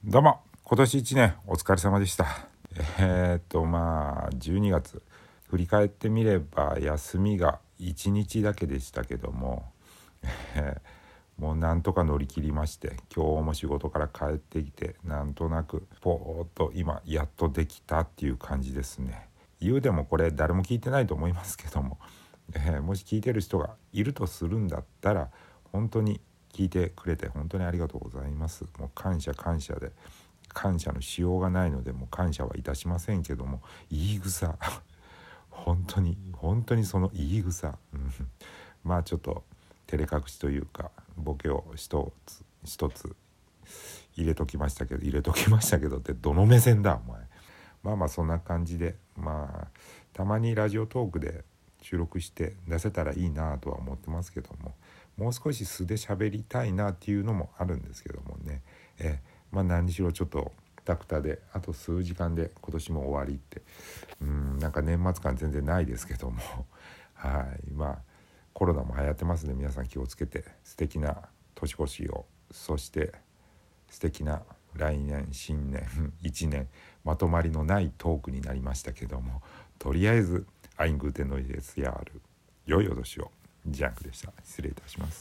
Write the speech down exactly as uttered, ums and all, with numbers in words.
どうも今年いちねんお疲れ様でした。えー、っとまあじゅうにがつ振り返ってみれば休みがいちにちだけでしたけども、えー、もうなんとか乗り切りまして、今日も仕事から帰ってきてなんとなくポーっと今やっとできたっていう感じですね。言うでもこれ誰も聞いてないと思いますけども、えー、もし聞いてる人がいるとするんだったら本当に聞いてくれて本当にありがとうございます。もう感謝感謝で感謝のしようがないので、もう感謝はいたしませんけども、言い草本当に本当にその言い草、うん、まあちょっと照れ隠しというかボケを一つ一つ入れときましたけど入れときましたけどってどの目線だお前。まあまあそんな感じで、まあたまにラジオトークで収録して出せたらいいなとは思ってますけども、もう少し素で喋りたいなっていうのもあるんですけどもね、えまあ何にしろちょっとタクタであと数時間で今年も終わりって、うーんなんか年末感全然ないですけどもはいまあコロナも流行ってますね。皆さん気をつけて素敵な年越しを、そして素敵な来年新年いちねんまとまりのないトークになりましたけども、とりあえずアイングーテンノイデスヤール良いお年を。ジャンクでした。失礼いたします。